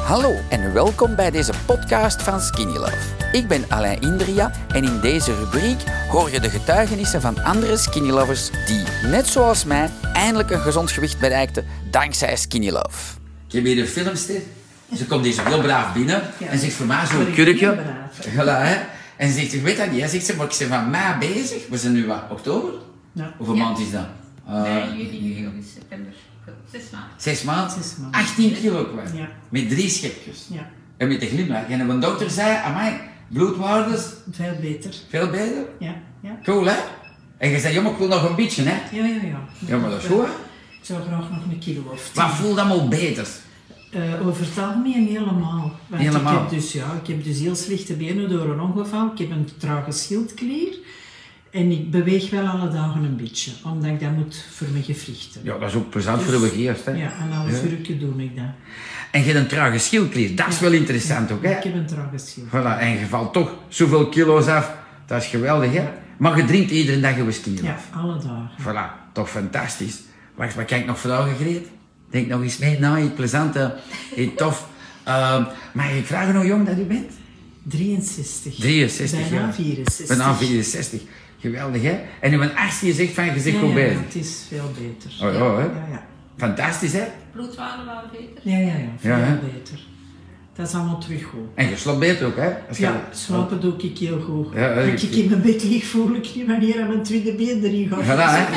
Hallo en welkom bij deze podcast van Skinny Love. Ik ben Alain Indria en in deze rubriek hoor je de getuigenissen van andere Skinny Lovers die, net zoals mij, eindelijk een gezond gewicht bereikten dankzij Skinny Love. Ik heb hier een filmster. Ze komt hier zo heel braaf binnen en zegt voor mij zo'n kurkje. Voilà, hè. En ze zegt, ik weet dat niet. Hij zegt ze, maar ik ben van mei bezig. We zijn nu wat, oktober? Ja. Hoeveel maand is dat? Mei, juli, augustus, september. 6 maanden. 6 maanden? 6 maanden. 18 kilo kwijt. Ja. Met 3 schepjes. Ja, En met de glimlach. En een dokter zei, amai, bloedwaardes, veel beter. veel beter. Ja, ja. Cool, hè? En je zei, jongen, ik wil nog een beetje, hè? Ja. Ja, maar dat is goed, hè? Ik zou graag nog een kilo of 10. Wat voelt allemaal beter? Over het algemeen helemaal. Want Helemaal? Ik heb dus heel slechte benen door een ongeval. Ik heb een trage schildklier. En ik beweeg wel alle dagen een beetje, omdat ik dat moet voor mijn gewrichten. Ja, dat is ook plezant voor de eerst, hè? Ja, een half uurtje doe ik dat. En je hebt een trage schildklier, dat is wel interessant ook, hè? Ik heb een trage schildklier. Voilà, en je valt toch zoveel kilo's af. Dat is geweldig, hè? Maar je drinkt iedere dag een whisky. Ja, alle dagen. Voilà, toch fantastisch. Wacht, wat kan ik nog vragen, Greet? Denk nog eens mee, nou, iets plezant, iets tof. Mag ik vragen hoe jong dat u bent? 63. 63 Bijna jaar. 64. Bijna 64. Geweldig, hè? En uw arts die zegt van, je zit goed Ja, bezig. het is veel beter. Oh ja, hè? Ja. Fantastisch, hè? Bloedwaarden wel beter. Ja, veel Ja, hè? beter. Dat is allemaal terug goed. En je slaapt beter ook, hè? Als je- Ja, slapen doe ik heel goed. Ja, Als ik in mijn bed lig, voel ik niet wanneer aan mijn tweede been erin gaat. Voilà, hè?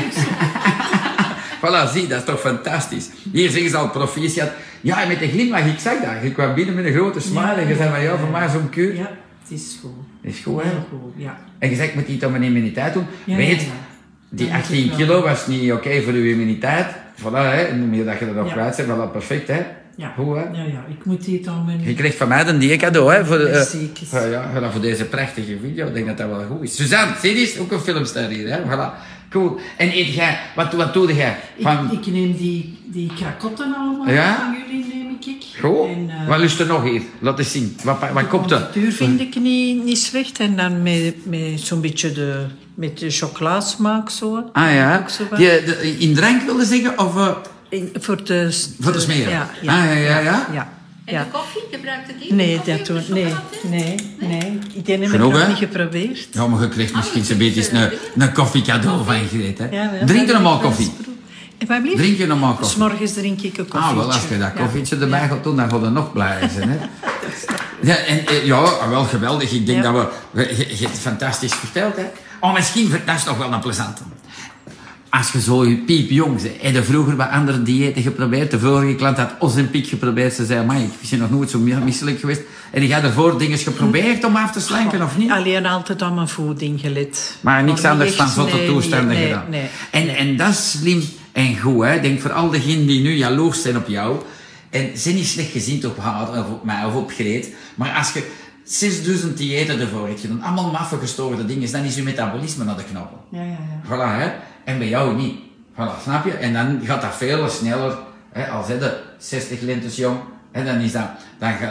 Voilà, zie, dat is toch fantastisch. Hier zeggen ze al proficiat. Ja, en met een glimlach, ik zag dat. Je kwam binnen met een grote smile en je zei van, ja, voor mij zo'n kuur. Ja, het is goed. Is goed, hè? Heel goed, ja. En je zegt, ik moet iets aan mijn immuniteit doen. Ja, Weet, ja. die Dat moet 18 ik wel. kilo was niet oké voor uw immuniteit. Voilà, hè? En hoe meer dat je er nog Ja. kwijt bent, voilà, perfect, hè? Ja. Goed, hè? Ja, ik moet dit aan mijn... Je krijgt van mij een die cadeau, hè? Voor, Zeker. voor deze prachtige video. Ik denk dat dat wel goed is. Suzanne, zie je eens? Ook een filmster hier, hè? Voilà. Cool. En eet jij, wat doe jij? Van... Ik neem die krakotten allemaal Ja? van jullie, neem ik. Goed. En, Wat lust er nog hier? Laat eens zien. Wat komt er? confituur vind ik niet slecht. En dan met zo'n beetje met de chocoladesmaak zo. Ah ja. Ook zo wat. In drank wilde zeggen? Of Voor de smeren? Ja. Ja. En Ja. de koffie, gebruikt het die? Nee, Koffie dat of doe chocolade? nee. Ik heb het Genoeg, nog hè? niet geprobeerd. Ja, maar je krijgt misschien zo'n beetje een koffie cadeau van Greet, hè? Ja, wel, Drink je dat normaal wil ik koffie? wel eens proeven. Wat blieft? Drink je normaal koffie? 's morgens drink ik een koffietje. Ah, wel, als je dat Ja. koffietje erbij gaat doen, dan gaat je nog blijer zijn, hè? Ja, en ja, wel geweldig. Ik denk Ja. dat je hebt het fantastisch verteld, hè? Oh, misschien, dat is toch wel een plezante. Als je zo piepjong bent, heb je vroeger bij andere diëten geprobeerd. De vorige klant had Ozempic geprobeerd. Ze zei, amai, ik ben nog nooit zo misselijk geweest. En ik had ervoor dingen geprobeerd om af te slanken, of niet? Alleen altijd aan mijn voeding gelet. Maar niks niet anders echt, van zotte nee, toestanden nee, gedaan. Nee. En dat is slim en goed, hè. Ik denk voor al diegenen die nu jaloers zijn op jou. En zijn niet slecht gezien op haar, of op mij, of op Greet. Maar als je 6000 diëten ervoor hebt gedaan, allemaal maffe gestoorde dingen, dan is je metabolisme naar de knoppen. Ja. Voilà, hè. En bij jou niet. Voilà, snap je? En dan gaat dat veel sneller, hè. Als je 60 lentes jong, hè, dan is dat,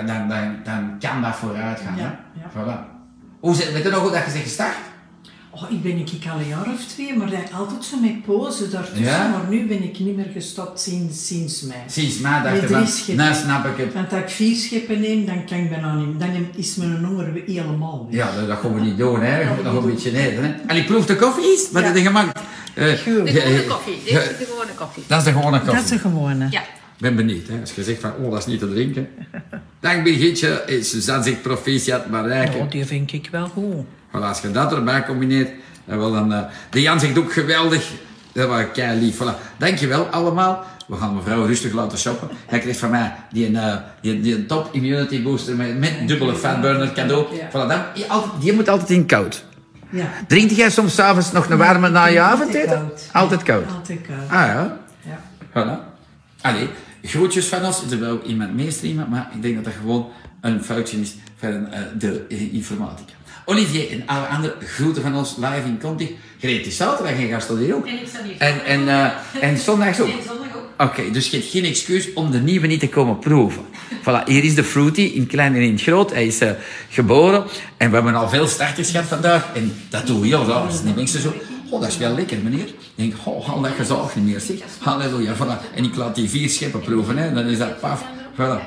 dan kan dat vooruit gaan, Ja. hè. Voilà. Weet je nog hoe dat je zegt gestart? Oh, ik ben al een jaar of 2, maar dat altijd zo met pauze daartussen. Ja? Maar nu ben ik niet meer gestopt sinds mei. Sinds mij dacht Met je 3 van, scheppen. nou snap ik het. Want als ik 4 scheppen neem, dan kan ik bijna niet. Dan is mijn honger weer helemaal weg. Ja, dat gaan we niet doen, hè. We gaan nog een beetje eten, hè. En ik proef de koffie eens. Wat heb je gemaakt? De gewone koffie. Dit is de gewone koffie. Dat is de gewone koffie. Dat is de gewone. Ja. Ik ben benieuwd, hè. Als je zegt van, oh, dat is niet te drinken. Dank Birgitje. Suzanne zegt proficiat, maar rijken. Oh, die vind ik wel goed. Voilà, als je dat erbij combineert, dan... de Jan zegt ook geweldig. Dat was kei lief. Voilà. Dankjewel allemaal. We gaan mevrouw rustig laten shoppen. Hij krijgt van mij die top immunity booster met dubbele fatburner cadeau. Ja. Voilà, die moet altijd in koud. Ja. Drinkt jij soms 's avonds nog een warme na je Altijd avondeten? koud. Altijd koud. Altijd koud. Ah ja. Ja. Voilà. Allee, groetjes van ons. Er wil iemand meestreamen, maar ik denk dat dat gewoon een foutje is van de informatica. Olivier en alle andere groeten van ons live in Conti. Greet is zaterdag en ga studeren ook. En ik sta hier. En zondags ook. En zondag ook. Oké, dus je hebt geen excuus om de nieuwe niet te komen proeven. Voilà, hier is de Fruity, in het klein en in het groot. Hij is geboren en we hebben al veel starters gehad vandaag. En dat doen we heel raar. Dus die mensen zo, oh, dat is wel lekker, meneer. Ik denk, oh, haal dat gezag niet meer, zeg. Halleluja, voilà. En ik laat die 4 scheppen proeven, hè. Dan is dat paf. Voilà.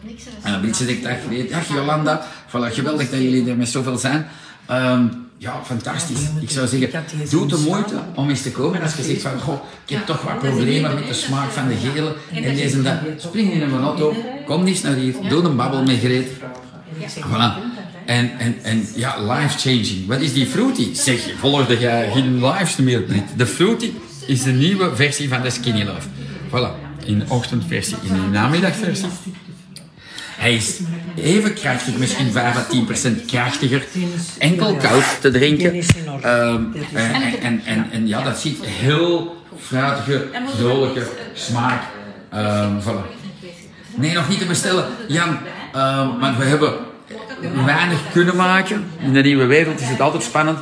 En een beetje dik dag geleden. Dag Jolanda, voilà, geweldig dat jullie er met zoveel zijn. Ja, fantastisch. Ik zou zeggen, doe de moeite om eens te komen. Als je zegt van, goh, ik heb toch wat problemen met de smaak van de gele en deze en dat. Spring in een auto, kom eens naar hier, doe een babbel met Greet. Voilà. En ja, life-changing. Wat is die Fruity? Zeg, volgde jij geen lives meer? De Fruity is de nieuwe versie van de Skinny Love. Voilà, in de ochtendversie, in de namiddagversie. Hij is even krachtig, misschien 5 à 10% krachtiger. Enkel koud te drinken. En ja, dat ziet heel fruitige, vrolijke smaak. Voilà. Nee, nog niet te bestellen, Jan. Maar we hebben weinig kunnen maken. In de nieuwe wereld is het altijd spannend.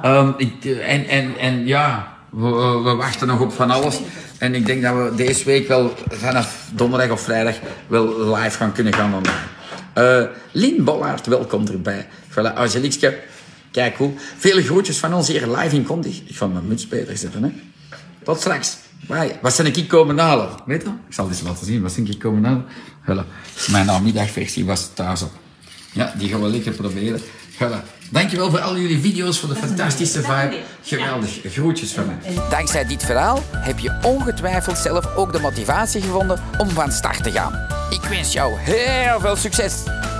Ja, we wachten nog op van alles. En ik denk dat we deze week wel vanaf donderdag of vrijdag wel live gaan online. Lien Bollaert, welkom erbij. Voilà, Angelique, kijk hoe. Vele groetjes van ons hier live in Condig. Ik ga mijn muts beter zetten, hè. Tot straks. Bye. Wat zijn ik komen halen? Weet je? Ik zal het eens laten zien. Wat zijn ik komen halen? Voilà. Mijn namiddagversie was thuis op. Ja, die gaan we lekker proberen. Voilà. Dankjewel voor al jullie video's, voor de fantastische vibe. Geweldig. Groetjes van mij. Dankzij dit verhaal heb je ongetwijfeld zelf ook de motivatie gevonden om van start te gaan. Ik wens jou heel veel succes!